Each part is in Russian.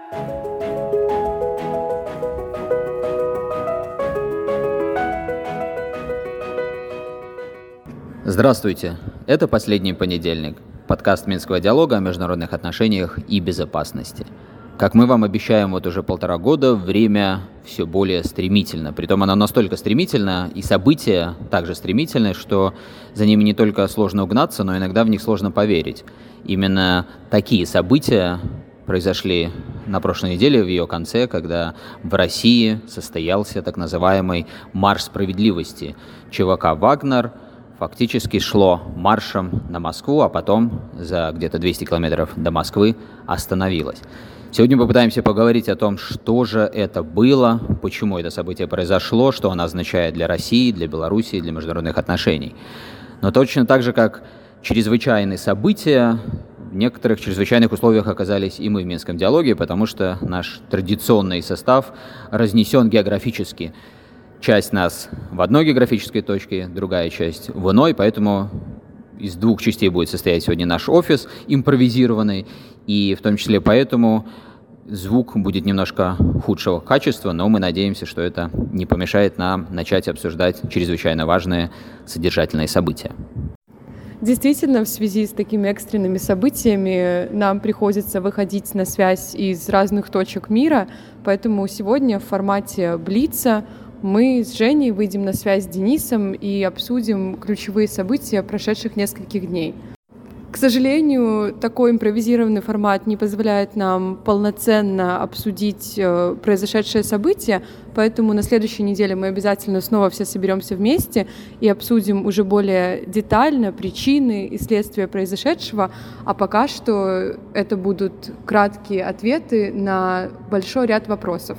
Здравствуйте! Это «Последний понедельник» – подкаст Минского диалога о международных отношениях и безопасности. Как мы вам обещаем вот уже 1,5 года, время все более стремительно. Притом оно настолько стремительно, и события также стремительны, что за ними не только сложно угнаться, но иногда в них сложно поверить. Именно такие события произошли на прошлой неделе, в ее конце, когда в России состоялся так называемый «Марш справедливости». ЧВК «Вагнер» фактически шло маршем на Москву, а потом за где-то 200 километров до Москвы остановилось. Сегодня мы попытаемся поговорить о том, что же это было, почему это событие произошло, что оно означает для России, для Белоруссии, для международных отношений. Но точно так же, как чрезвычайные события, в некоторых чрезвычайных условиях оказались и мы в Минском диалоге, потому что наш традиционный состав разнесен географически. Часть нас в одной географической точке, другая часть в иной, поэтому из 2 частей будет состоять сегодня наш офис импровизированный, и в том числе поэтому звук будет немножко худшего качества, но мы надеемся, что это не помешает нам начать обсуждать чрезвычайно важные содержательные события. Действительно, в связи с такими экстренными событиями нам приходится выходить на связь из разных точек мира, поэтому сегодня в формате Блица мы с Женей выйдем на связь с Денисом и обсудим ключевые события прошедших нескольких дней. К сожалению, такой импровизированный формат не позволяет нам полноценно обсудить произошедшее событие, поэтому на следующей неделе мы обязательно снова все соберемся вместе и обсудим уже более детально причины и следствия произошедшего, а пока что это будут краткие ответы на большой ряд вопросов.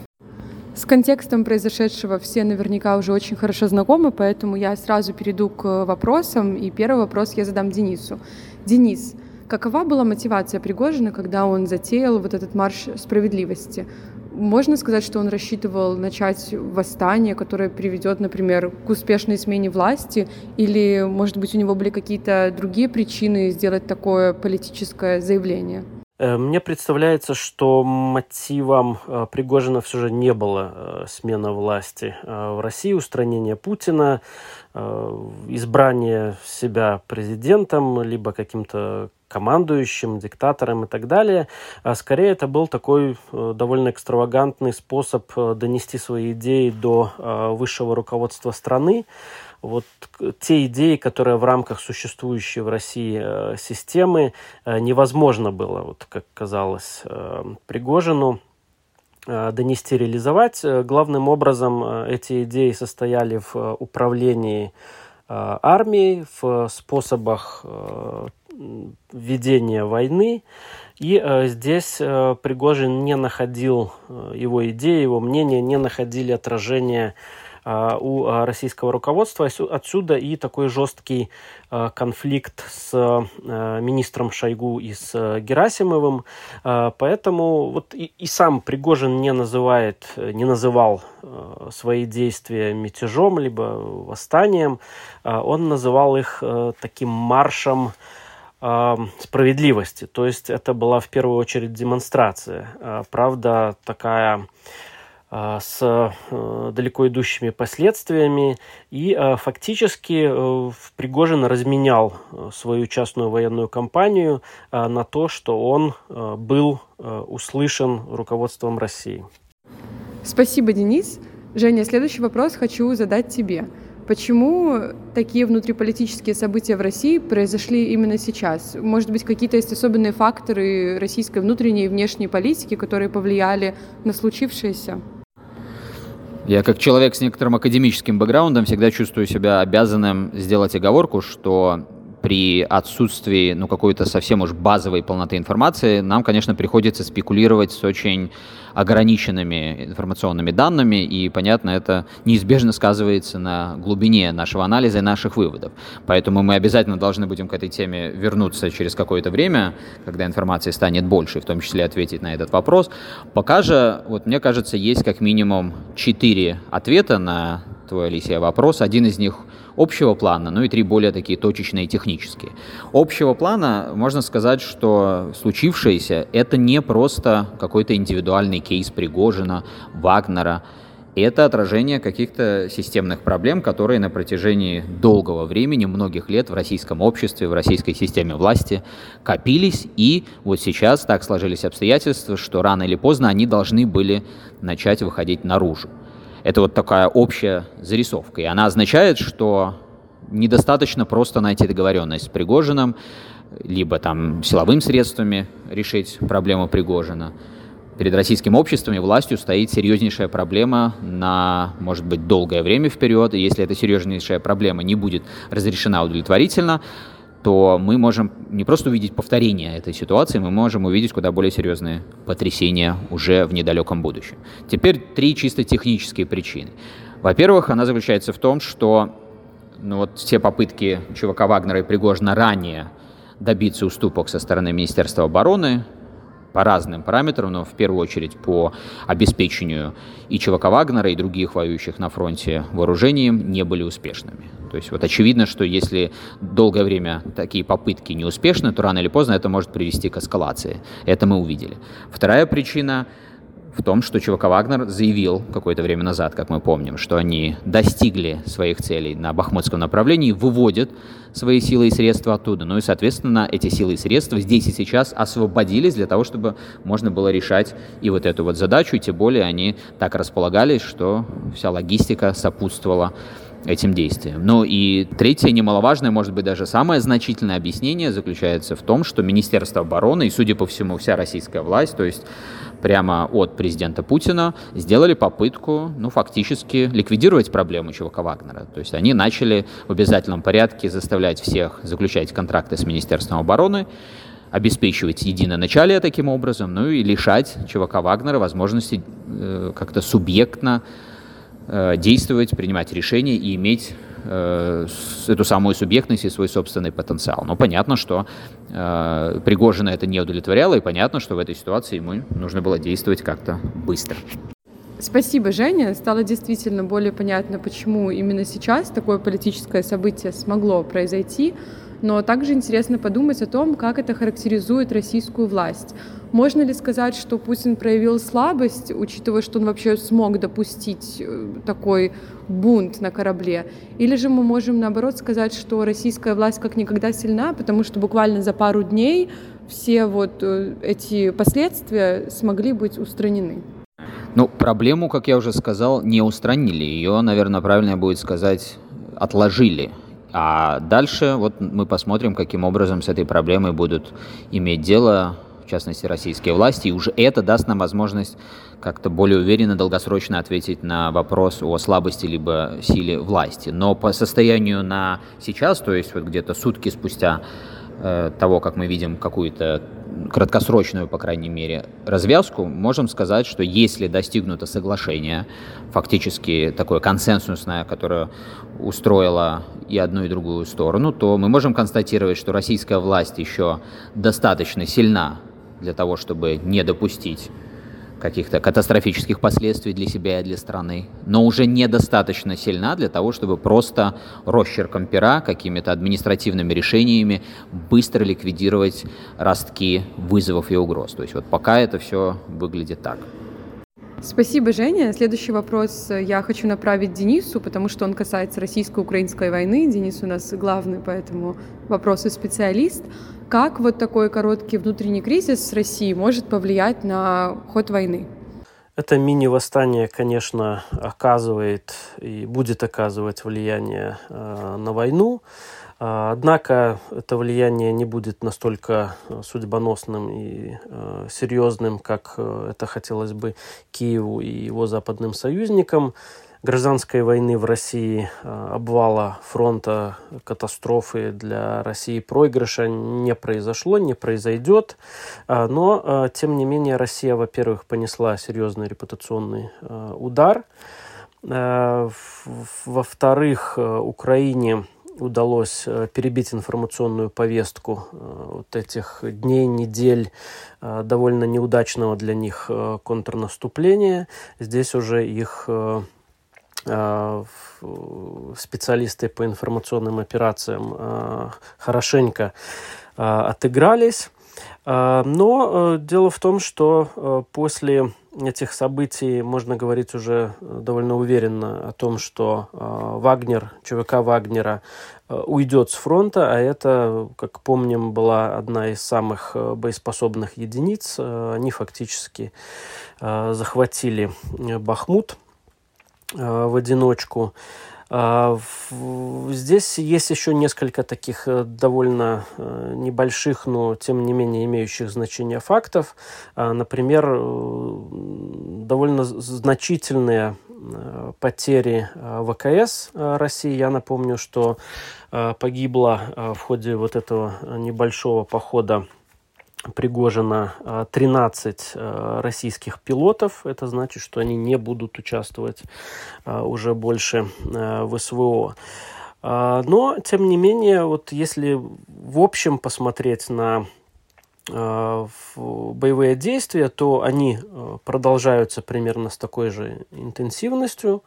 С контекстом произошедшего все наверняка уже очень хорошо знакомы, поэтому я сразу перейду к вопросам, и первый вопрос я задам Денису. Денис, какова была мотивация Пригожина, когда он затеял вот этот марш справедливости? Можно сказать, что он рассчитывал начать восстание, которое приведет, например, к успешной смене власти, или, может быть, у него были какие-то другие причины сделать такое политическое заявление? Мне представляется, что мотивом Пригожина все же не было смена власти в России, устранение Путина, избрание себя президентом, либо каким-то командующим, диктатором и так далее. Скорее, это был такой довольно экстравагантный способ донести свои идеи до высшего руководства страны. Вот те идеи, которые в рамках существующей в России системы невозможно было, вот как казалось Пригожину, донести, реализовать. Главным образом эти идеи состояли в управлении армией, в способах ведения войны. И здесь Пригожин не находил, его идеи, его мнения не находили отражения у российского руководства. Отсюда и такой жесткий конфликт с министром Шойгу и с Герасимовым. Поэтому вот и сам Пригожин не называл свои действия мятежом либо восстанием. Он называл их таким маршем справедливости. То есть это была в первую очередь демонстрация. Правда, такая с далеко идущими последствиями, и фактически Пригожин разменял свою частную военную кампанию на то, что он был услышан руководством России. Спасибо, Денис. Женя, следующий вопрос хочу задать тебе. Почему такие внутриполитические события в России произошли именно сейчас? Может быть, какие-то есть особенные факторы российской внутренней и внешней политики, которые повлияли на случившееся? Я, как человек с некоторым академическим бэкграундом, всегда чувствую себя обязанным сделать оговорку, что при отсутствии какой-то совсем уж базовой полноты информации нам, конечно, приходится спекулировать с очень ограниченными информационными данными, и, понятно, это неизбежно сказывается на глубине нашего анализа и наших выводов. Поэтому мы обязательно должны будем к этой теме вернуться через какое-то время, когда информации станет больше, в том числе ответить на этот вопрос. Пока же, мне кажется, есть как минимум 4 ответа на твой, Алисия, вопрос. Один из них общего плана, ну и 3 более такие точечные технические. Общего плана можно сказать, что случившееся – это не просто какой-то индивидуальный кейс Пригожина, Вагнера. Это отражение каких-то системных проблем, которые на протяжении долгого времени, многих лет в российском обществе, в российской системе власти копились. И вот сейчас так сложились обстоятельства, что рано или поздно они должны были начать выходить наружу. Это вот такая общая зарисовка. И она означает, что недостаточно просто найти договоренность с Пригожиным, либо там силовыми средствами решить проблему Пригожина. Перед российским обществом и властью стоит серьезнейшая проблема на, может быть, долгое время вперед. И если эта серьезнейшая проблема не будет разрешена удовлетворительно, то мы можем не просто увидеть повторение этой ситуации, мы можем увидеть куда более серьезные потрясения уже в недалеком будущем. Теперь 3 чисто технические причины. Во-первых, она заключается в том, что вот все попытки ЧВК Вагнера и Пригожина ранее добиться уступок со стороны Министерства обороны по разным параметрам, но в первую очередь по обеспечению и ЧВК Вагнера, и других воюющих на фронте вооружением, не были успешными. То есть вот очевидно, что если долгое время такие попытки не успешны, то рано или поздно это может привести к эскалации. Это мы увидели. Вторая причина в том, что ЧВК Вагнер заявил какое-то время назад, как мы помним, что они достигли своих целей на Бахмутском направлении, выводят свои силы и средства оттуда. Ну и, соответственно, эти силы и средства здесь и сейчас освободились для того, чтобы можно было решать и вот эту вот задачу, и тем более они так располагались, что вся логистика сопутствовала этим действиям. Ну и третье, немаловажное, может быть, даже самое значительное объяснение заключается в том, что Министерство обороны и, судя по всему, вся российская власть, то есть прямо от президента Путина, сделали попытку, фактически ликвидировать проблему ЧВК Вагнера. То есть они начали в обязательном порядке заставлять всех заключать контракты с Министерством обороны, обеспечивать единоначалие таким образом, и лишать ЧВК Вагнера возможности как-то субъектно действовать, принимать решения и иметь эту самую субъектность и свой собственный потенциал. Но понятно, что Пригожина это не удовлетворяло, и понятно, что в этой ситуации ему нужно было действовать как-то быстро. Спасибо, Женя. Стало действительно более понятно, почему именно сейчас такое политическое событие смогло произойти. Но также интересно подумать о том, как это характеризует российскую власть. Можно ли сказать, что Путин проявил слабость, учитывая, что он вообще смог допустить такой бунт на корабле? Или же мы можем, наоборот, сказать, что российская власть как никогда сильна, потому что буквально за пару дней все вот эти последствия смогли быть устранены? Проблему, как я уже сказал, не устранили. Ее, наверное, правильно будет сказать, отложили. А дальше мы посмотрим, каким образом с этой проблемой будут иметь дело, в частности, российские власти. И уже это даст нам возможность как-то более уверенно, долгосрочно ответить на вопрос о слабости либо силе власти. Но по состоянию на сейчас, то есть где-то сутки спустя того, как мы видим какую-то краткосрочную, по крайней мере, развязку, можем сказать, что если достигнуто соглашение, фактически такое консенсусное, которое устроило и одну, и другую сторону, то мы можем констатировать, что российская власть еще достаточно сильна для того, чтобы не допустить каких-то катастрофических последствий для себя и для страны, но уже недостаточно сильна для того, чтобы просто росчерком пера, какими-то административными решениями быстро ликвидировать ростки вызовов и угроз. То есть пока это все выглядит так. Спасибо, Женя. Следующий вопрос я хочу направить Денису, потому что он касается российско-украинской войны. Денис у нас главный по этому вопросу специалист. Как такой короткий внутренний кризис России может повлиять на ход войны? Это мини-восстание, конечно, оказывает и будет оказывать влияние на войну. Однако это влияние не будет настолько судьбоносным и серьезным, как это хотелось бы Киеву и его западным союзникам. Гражданской войны в России, обвала фронта, катастрофы для России, проигрыша не произошло, не произойдет. Но, тем не менее, Россия, во-первых, понесла серьезный репутационный удар. Во-вторых, Украине удалось перебить информационную повестку этих дней, недель довольно неудачного для них контрнаступления. Здесь уже их специалисты по информационным операциям хорошенько отыгрались. Но дело в том, что после этих событий можно говорить уже довольно уверенно о том, что ЧВК Вагнера уйдет с фронта, а это, как помним, была одна из самых боеспособных единиц. Они фактически захватили Бахмут в одиночку. Здесь есть еще несколько таких довольно небольших, но тем не менее имеющих значение фактов. Например, довольно значительные потери ВКС России. Я напомню, что погибло в ходе вот этого небольшого похода Пригожина 13 российских пилотов. Это значит, что они не будут участвовать уже больше в СВО. Но, тем не менее, вот если в общем посмотреть на боевые действия, то они продолжаются примерно с такой же интенсивностью.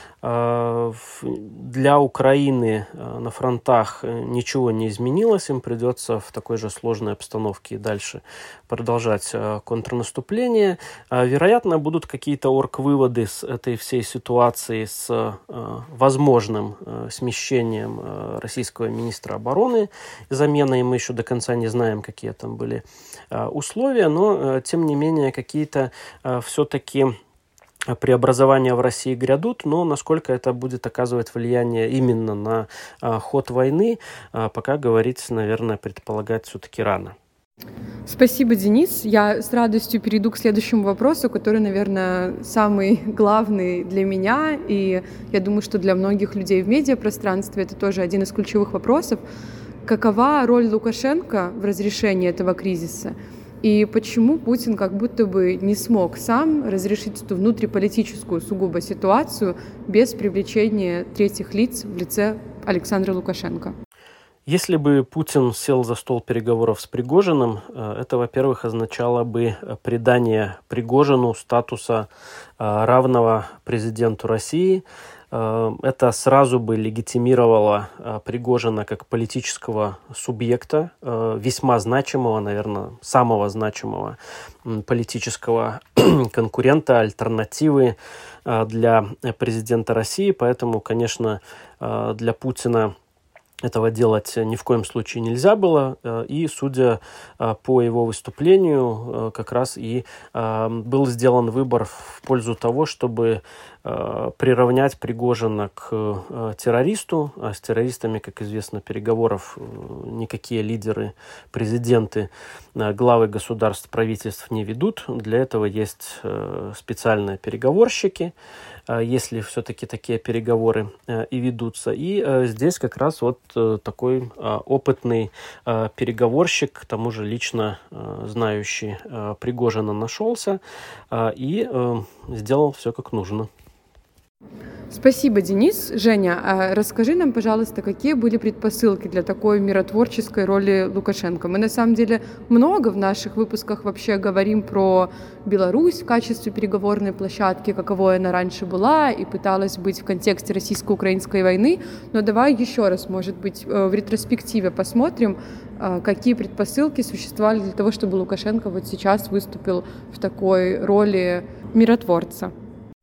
Для Украины на фронтах ничего не изменилось, им придется в такой же сложной обстановке и дальше продолжать контрнаступление. Вероятно, будут какие-то орг-выводы с этой всей ситуации с возможным смещением российского министра обороны и заменой. Мы еще до конца не знаем, какие там были условия, но тем не менее какие-то все-таки преобразования в России грядут, но насколько это будет оказывать влияние именно на ход войны, пока говорить, наверное, предполагать все-таки рано. Спасибо, Денис. Я с радостью перейду к следующему вопросу, который, наверное, самый главный для меня, и я думаю, что для многих людей в медиапространстве это тоже один из ключевых вопросов. Какова роль Лукашенко в разрешении этого кризиса? И почему Путин как будто бы не смог сам разрешить эту внутриполитическую сугубо ситуацию без привлечения третьих лиц в лице Александра Лукашенко? Если бы Путин сел за стол переговоров с Пригожиным, это, во-первых, означало бы придание Пригожину статуса равного президенту России. Это сразу бы легитимировало Пригожина как политического субъекта, весьма значимого, наверное, самого значимого политического конкурента, альтернативы для президента России. Поэтому, конечно, для Путина этого делать ни в коем случае нельзя было, и, судя по его выступлению, как раз и был сделан выбор в пользу того, чтобы приравнять Пригожина к террористу. А с террористами, как известно, переговоров никакие лидеры, президенты, главы государств, правительств не ведут. Для этого есть специальные переговорщики, если все-таки такие переговоры и ведутся. И здесь как раз вот такой опытный переговорщик, к тому же лично знающий Пригожина, нашелся и сделал все как нужно. Спасибо, Денис. Женя, а расскажи нам, пожалуйста, какие были предпосылки для такой миротворческой роли Лукашенко? Мы, на самом деле, много в наших выпусках вообще говорим про Беларусь в качестве переговорной площадки, каковой она раньше была и пыталась быть в контексте российско-украинской войны. Но давай еще раз, может быть, в ретроспективе посмотрим, какие предпосылки существовали для того, чтобы Лукашенко вот сейчас выступил в такой роли миротворца.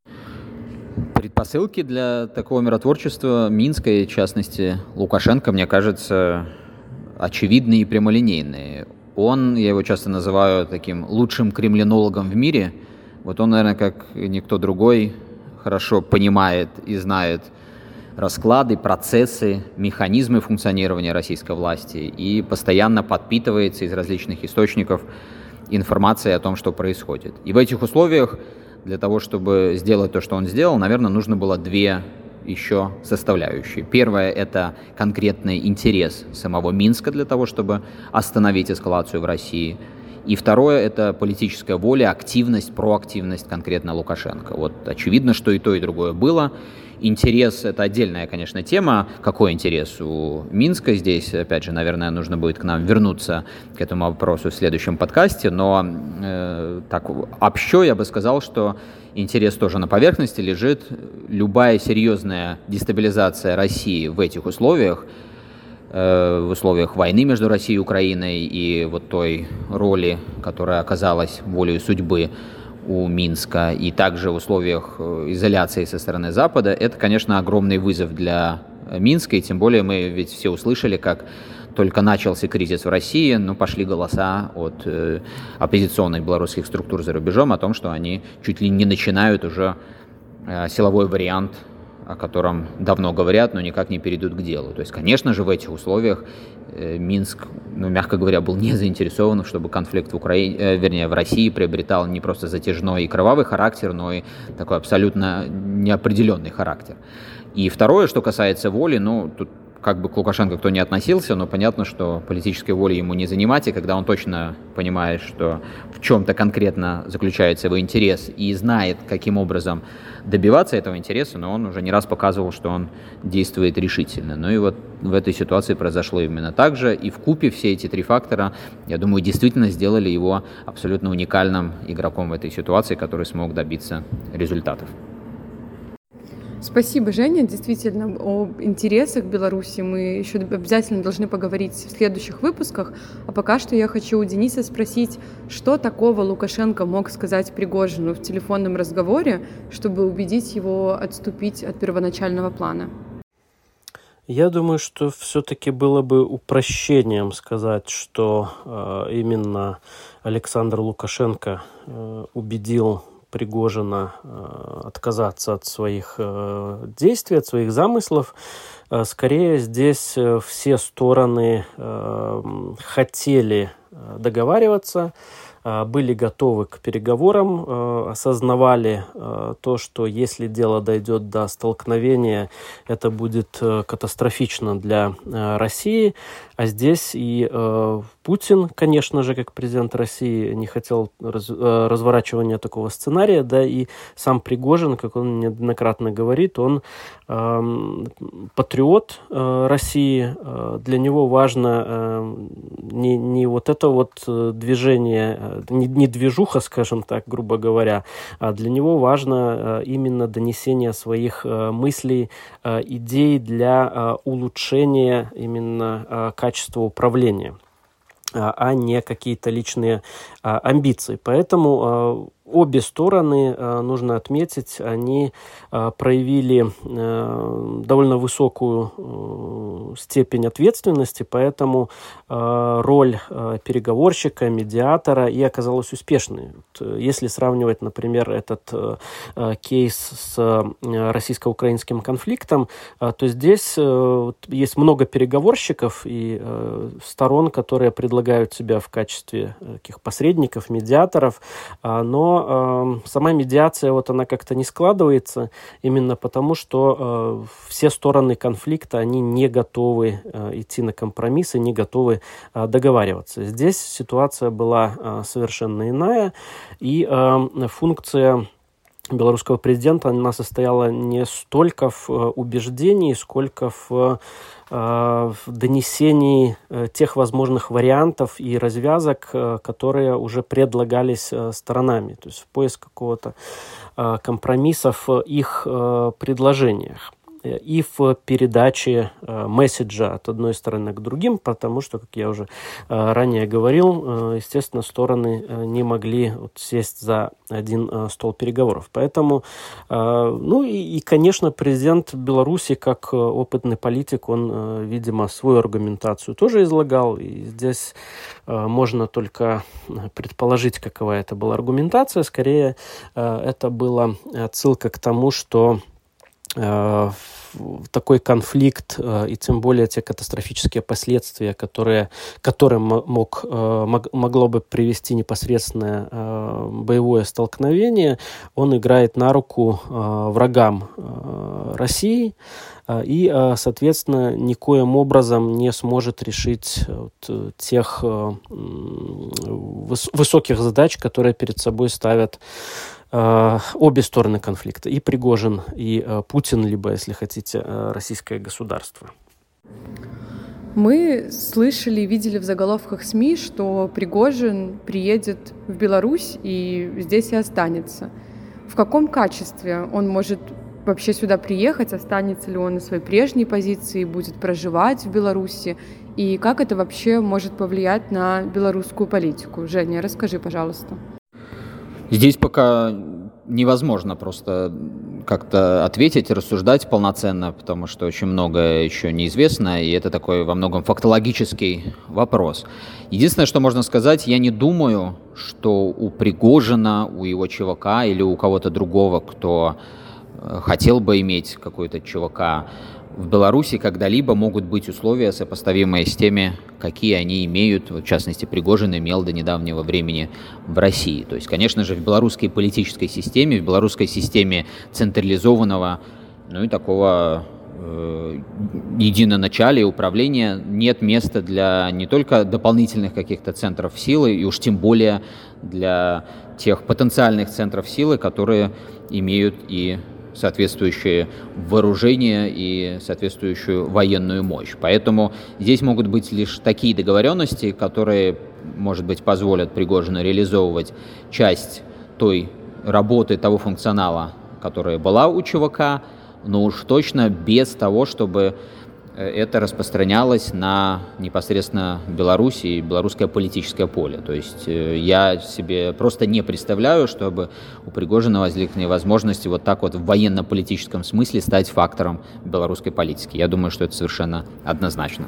Предпосылки для такого миротворчества Минска и, в частности, Лукашенко, мне кажется, очевидные и прямолинейные. Я его часто называю таким лучшим кремлинологом в мире. Вот он, наверное, как никто другой, хорошо понимает и знает расклады, процессы, механизмы функционирования российской власти и постоянно подпитывается из различных источников информацией о том, что происходит. И в этих условиях для того, чтобы сделать то, что он сделал, наверное, нужно было две еще составляющие. Первое – это конкретный интерес самого Минска для того, чтобы остановить эскалацию в России. И второе – это политическая воля, активность, проактивность конкретно Лукашенко. Вот очевидно, что и то, и другое было. Интерес – это отдельная, конечно, тема. Какой интерес у Минска здесь? Опять же, наверное, нужно будет к нам вернуться к этому вопросу в следующем подкасте. Но так общо я бы сказал, что интерес тоже на поверхности лежит. Любая серьезная дестабилизация России в этих условиях, в условиях войны между Россией и Украиной и вот той роли, которая оказалась волею судьбы у Минска, и также в условиях изоляции со стороны Запада, это, конечно, огромный вызов для Минска, и тем более мы ведь все услышали, как только начался кризис в России, пошли голоса от оппозиционных белорусских структур за рубежом о том, что они чуть ли не начинают уже силовой вариант, о котором давно говорят, но никак не перейдут к делу. То есть, конечно же, в этих условиях Минск, мягко говоря, был не заинтересован, чтобы конфликт в России приобретал не просто затяжной и кровавый характер, но и такой абсолютно неопределенный характер. И второе, что касается воли, тут как бы к Лукашенко кто не относился, но понятно, что политической воли ему не занимать, и когда он точно понимает, что в чем-то конкретно заключается его интерес и знает, каким образом добиваться этого интереса, но он уже не раз показывал, что он действует решительно. И вот в этой ситуации произошло именно так же, и вкупе все эти три фактора, я думаю, действительно сделали его абсолютно уникальным игроком в этой ситуации, который смог добиться результатов. Спасибо, Женя. Действительно, об интересах Беларуси мы еще обязательно должны поговорить в следующих выпусках. А пока что я хочу у Дениса спросить, что такого Лукашенко мог сказать Пригожину в телефонном разговоре, чтобы убедить его отступить от первоначального плана? Я думаю, что все-таки было бы упрощением сказать, что именно Александр Лукашенко убедил Пригожина отказаться от своих действий, от своих замыслов. Скорее, здесь все стороны хотели договариваться, были готовы к переговорам, осознавали то, что если дело дойдет до столкновения, это будет катастрофично для России. А здесь и Путин, конечно же, как президент России, не хотел разворачивания такого сценария, да, и сам Пригожин, как он неоднократно говорит, он патриот России, для него важно не вот это вот движение, не движуха, скажем так, грубо говоря, а для него важно именно донесение своих мыслей, идей для улучшения именно качества управления, а не какие-то личные амбиции. Поэтому обе стороны, нужно отметить, они проявили довольно высокую степень ответственности, поэтому роль переговорщика, медиатора и оказалась успешной. Если сравнивать, например, этот кейс с российско-украинским конфликтом, то здесь есть много переговорщиков и сторон, которые предлагают себя в качестве таких посредников, медиаторов, но сама медиация, она как-то не складывается, именно потому, что все стороны конфликта, они не готовы идти на компромиссы, не готовы договариваться. Здесь ситуация была совершенно иная, и функция белорусского президента, она состояла не столько в убеждении, сколько в донесении тех возможных вариантов и развязок, которые уже предлагались сторонами, то есть в поиск какого-то компромисса в их предложениях и в передаче месседжа от одной стороны к другим, потому что, как я уже ранее говорил, естественно, стороны не могли сесть за один стол переговоров. Поэтому, конечно, президент Беларуси, как опытный политик, он, видимо, свою аргументацию тоже излагал, и здесь можно только предположить, какова это была аргументация. Скорее, это была отсылка к тому, что такой конфликт и тем более те катастрофические последствия, которым могло бы привести непосредственное боевое столкновение, он играет на руку врагам России и, соответственно, никоим образом не сможет решить тех высоких задач, которые перед собой ставят обе стороны конфликта, и Пригожин, и Путин, либо, если хотите, российское государство. Мы слышали и видели в заголовках СМИ, что Пригожин приедет в Беларусь и здесь и останется. В каком качестве он может вообще сюда приехать? Останется ли он на своей прежней позиции, будет проживать в Беларуси? И как это вообще может повлиять на белорусскую политику? Женя, расскажи, пожалуйста. Здесь пока невозможно просто как-то ответить, рассуждать полноценно, потому что очень многое еще неизвестно, и это такой во многом фактологический вопрос. Единственное, что можно сказать, я не думаю, что у Пригожина, у его ЧВК или у кого-то другого, кто хотел бы иметь какой-то ЧВК в Беларуси, когда-либо могут быть условия, сопоставимые с теми, какие они имеют, в частности, Пригожин имел до недавнего времени в России. То есть, конечно же, в белорусской политической системе, в белорусской системе централизованного, и такого единоначалия управления нет места для не только дополнительных каких-то центров силы, и уж тем более для тех потенциальных центров силы, которые имеют и соответствующее вооружение и соответствующую военную мощь. Поэтому здесь могут быть лишь такие договоренности, которые, может быть, позволят Пригожину реализовывать часть той работы, того функционала, которая была у ЧВК, но уж точно без того, чтобы это распространялось на непосредственно Беларусь и белорусское политическое поле. То есть я себе просто не представляю, чтобы у Пригожина возникли возможности вот так вот в военно-политическом смысле стать фактором белорусской политики. Я думаю, что это совершенно однозначно.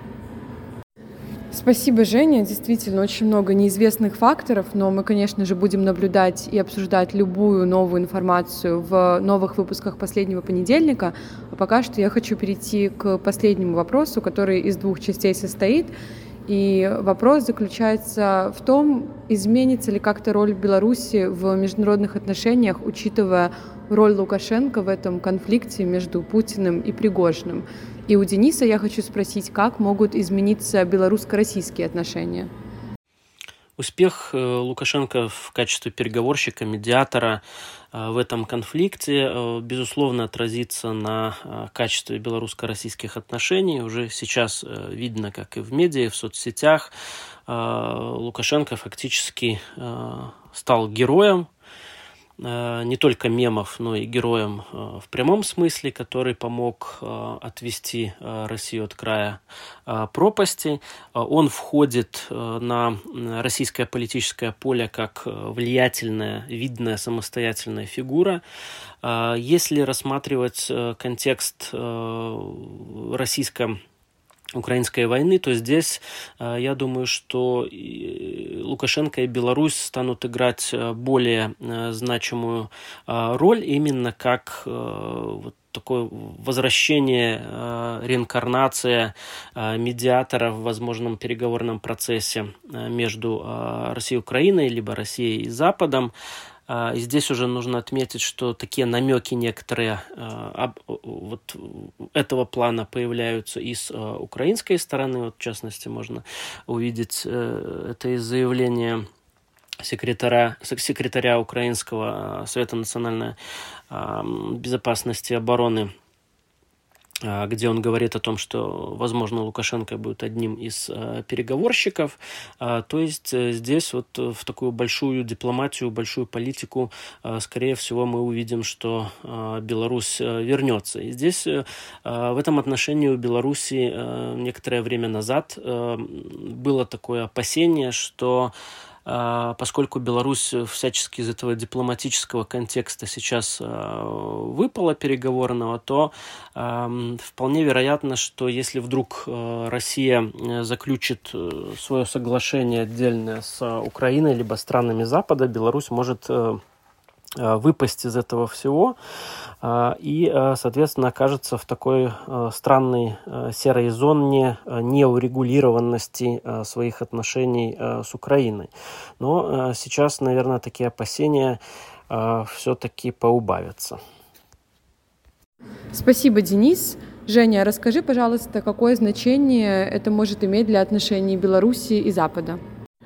Спасибо, Женя. Действительно, очень много неизвестных факторов, но мы, конечно же, будем наблюдать и обсуждать любую новую информацию в новых выпусках «Последнего понедельника». А пока что я хочу перейти к последнему вопросу, который из двух частей состоит. И вопрос заключается в том, изменится ли как-то роль Беларуси в международных отношениях, учитывая роль Лукашенко в этом конфликте между Путиным и Пригожиным. И у Дениса я хочу спросить, как могут измениться белорусско-российские отношения? Успех Лукашенко в качестве переговорщика, медиатора в этом конфликте, безусловно, отразится на качестве белорусско-российских отношений. Уже сейчас видно, как и в медиа, и в соцсетях, Лукашенко фактически стал героем, не только мемов, но и героем в прямом смысле, который помог отвести Россию от края пропасти. Он входит на российское политическое поле как влиятельная, видная, самостоятельная фигура. Если рассматривать контекст российско-украинской войны, то здесь, я думаю, что Лукашенко и Беларусь станут играть более значимую роль именно как вот такое возвращение, реинкарнация медиатора в возможном переговорном процессе между Россией и Украиной, либо Россией и Западом. И здесь уже нужно отметить, что такие намеки некоторые вот этого плана появляются и с украинской стороны. Вот, в частности, можно увидеть это из заявления секретаря Украинского Совета национальной безопасности и обороны, где он говорит о том, что, возможно, Лукашенко будет одним из переговорщиков. То есть здесь вот в такую большую дипломатию, большую политику, скорее всего, мы увидим, что Беларусь вернется. И здесь в этом отношении у Беларуси некоторое время назад было такое опасение, что поскольку Беларусь всячески из этого дипломатического контекста сейчас выпала переговорного, то вполне вероятно, что если вдруг Россия заключит свое соглашение отдельное с Украиной либо странами Запада, Беларусь может выпасть из этого всего и, соответственно, окажется в такой странной серой зоне неурегулированности своих отношений с Украиной. Но сейчас, наверное, такие опасения все-таки поубавятся. Спасибо, Денис. Женя, расскажи, пожалуйста, какое значение это может иметь для отношений Беларуси и Запада?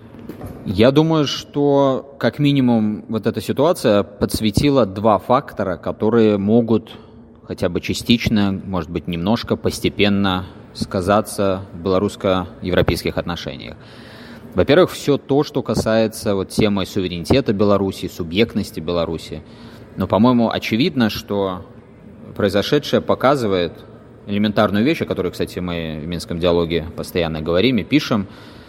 Я думаю, что как минимум вот эта ситуация подсветила два фактора, которые могут хотя бы частично, может быть, немножко, постепенно сказаться в белорусско-европейских отношениях. Во-первых, все то, что касается вот темы суверенитета Беларуси, субъектности Беларуси. Но, по-моему, очевидно, что произошедшее показывает элементарную вещь, о которой, кстати, мы в Минском диалоге постоянно говорим и пишем,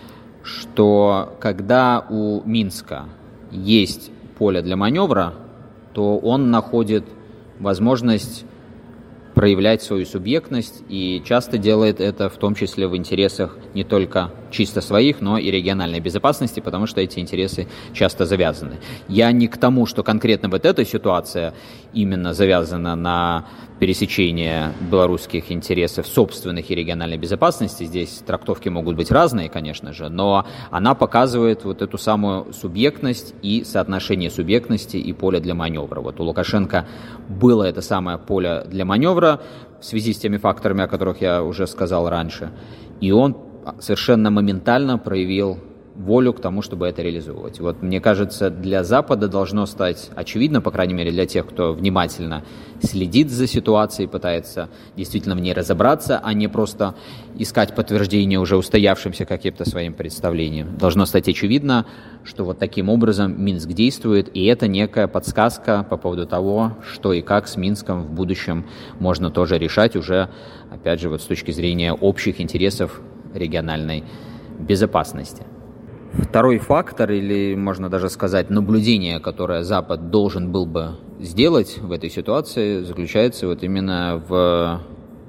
что когда у Минска есть поле для маневра, то он находит возможность проявлять свою субъектность и часто делает это в том числе в интересах не только чисто своих, но и региональной безопасности, потому что эти интересы часто завязаны. Я не к тому, что конкретно вот эта ситуация именно завязана на пересечении белорусских интересов собственных и региональной безопасности. Здесь трактовки могут быть разные, конечно же, но она показывает вот эту самую субъектность и соотношение субъектности и поля для маневра. Вот у Лукашенко было это самое поле для маневра в связи с теми факторами, о которых я уже сказал раньше, и он совершенно моментально проявил волю к тому, чтобы это реализовывать. Вот, мне кажется, для Запада должно стать очевидно, по крайней мере, для тех, кто внимательно следит за ситуацией, пытается действительно в ней разобраться, а не просто искать подтверждение уже устоявшимся каким-то своим представлением. Должно стать очевидно, что вот таким образом Минск действует, и это некая подсказка по поводу того, что и как с Минском в будущем можно тоже решать уже, опять же, вот с точки зрения общих интересов региональной безопасности. Второй фактор, или можно даже сказать наблюдение, которое Запад должен был бы сделать в этой ситуации, заключается вот именно в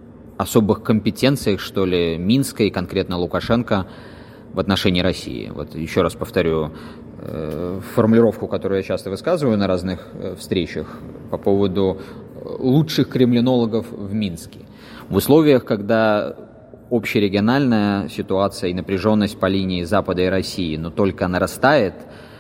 особых компетенциях, что ли, Минска и конкретно Лукашенко в отношении России. Вот еще раз повторю формулировку, которую я часто высказываю на разных встречах по поводу лучших кремлинологов в Минске. В условиях, когда общерегиональная ситуация и напряженность по линии Запада и России, но только нарастает,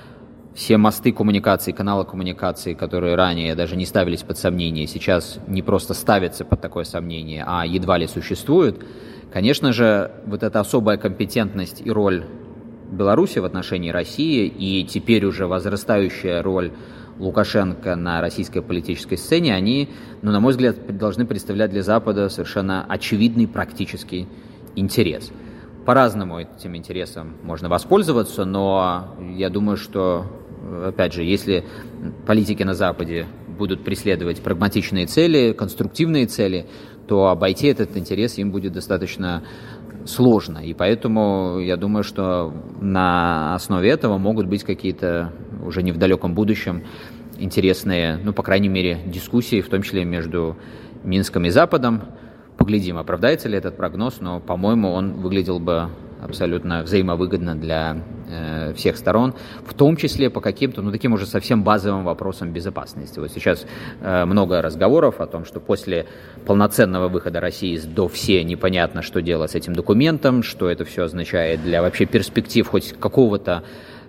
все мосты коммуникации, каналы коммуникации, которые ранее даже не ставились под сомнение, сейчас не просто ставятся под такое сомнение, а едва ли существуют, конечно же, вот эта особая компетентность и роль Беларуси в отношении России и теперь уже возрастающая роль Лукашенко на российской политической сцене, они, на мой взгляд, должны представлять для Запада совершенно очевидный практический интерес. По-разному этим интересом можно воспользоваться, но я думаю, что, опять же, если политики на Западе будут преследовать прагматичные цели, конструктивные цели, то обойти этот интерес им будет достаточно сложно. И поэтому я думаю, что на основе этого могут быть какие-то уже не в далеком будущем интересные, по крайней мере, дискуссии, в том числе между Минском и Западом. Поглядим, оправдается ли этот прогноз, но, по-моему, он выглядел бы абсолютно взаимовыгодно для всех сторон, в том числе по каким-то, таким уже совсем базовым вопросам безопасности. Вот сейчас много разговоров о том, что после полноценного выхода России из ДО-ФСЕ непонятно, что делать с этим документом, что это все означает для вообще перспектив хоть какого-то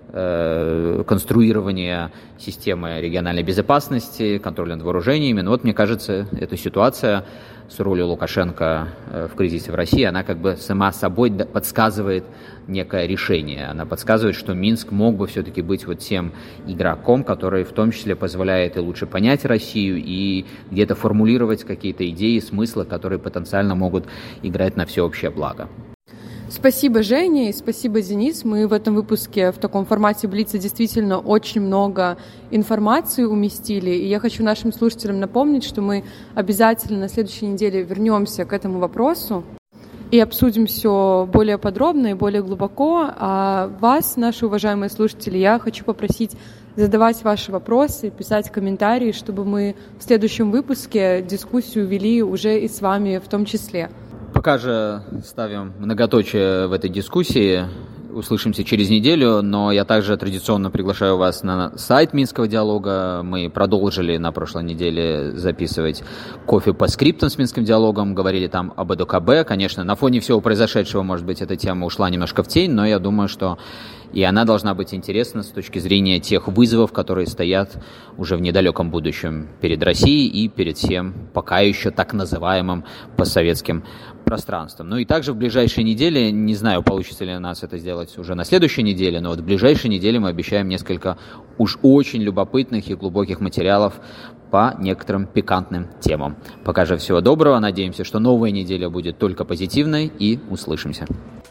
конструирования системы региональной безопасности, контроля над вооружениями. Но вот, мне кажется, эта ситуация с ролью Лукашенко в кризисе в России, она как бы сама собой подсказывает некое решение. Она подсказывает, что Минск мог бы все-таки быть вот тем игроком, который в том числе позволяет и лучше понять Россию, и где-то формулировать какие-то идеи, смыслы, которые потенциально могут играть на всеобщее благо. Спасибо, Женя, и спасибо, Денис. Мы в этом выпуске в таком формате Блица действительно очень много информации уместили. И я хочу нашим слушателям напомнить, что мы обязательно на следующей неделе вернемся к этому вопросу и обсудим все более подробно и более глубоко. А вас, наши уважаемые слушатели, я хочу попросить задавать ваши вопросы, писать комментарии, чтобы мы в следующем выпуске дискуссию вели уже и с вами в том числе. Пока же ставим многоточие в этой дискуссии. услышимся через неделю, но я также традиционно приглашаю вас на сайт Минского диалога. Мы продолжили на прошлой неделе записывать кофе по скриптам с Минским диалогом, говорили там об ЭДОКБ. Конечно, на фоне всего произошедшего, может быть, эта тема ушла немножко в тень, но я думаю, что и она должна быть интересна с точки зрения тех вызовов, которые стоят уже в недалеком будущем перед Россией и перед всем пока еще так называемым постсоветским пространством. Ну и также в ближайшие недели, не знаю, получится ли у нас это сделать уже на следующей неделе, но вот в ближайшие недели мы обещаем несколько уж очень любопытных и глубоких материалов по некоторым пикантным темам. Пока же всего доброго, надеемся, что новая неделя будет только позитивной, и услышимся.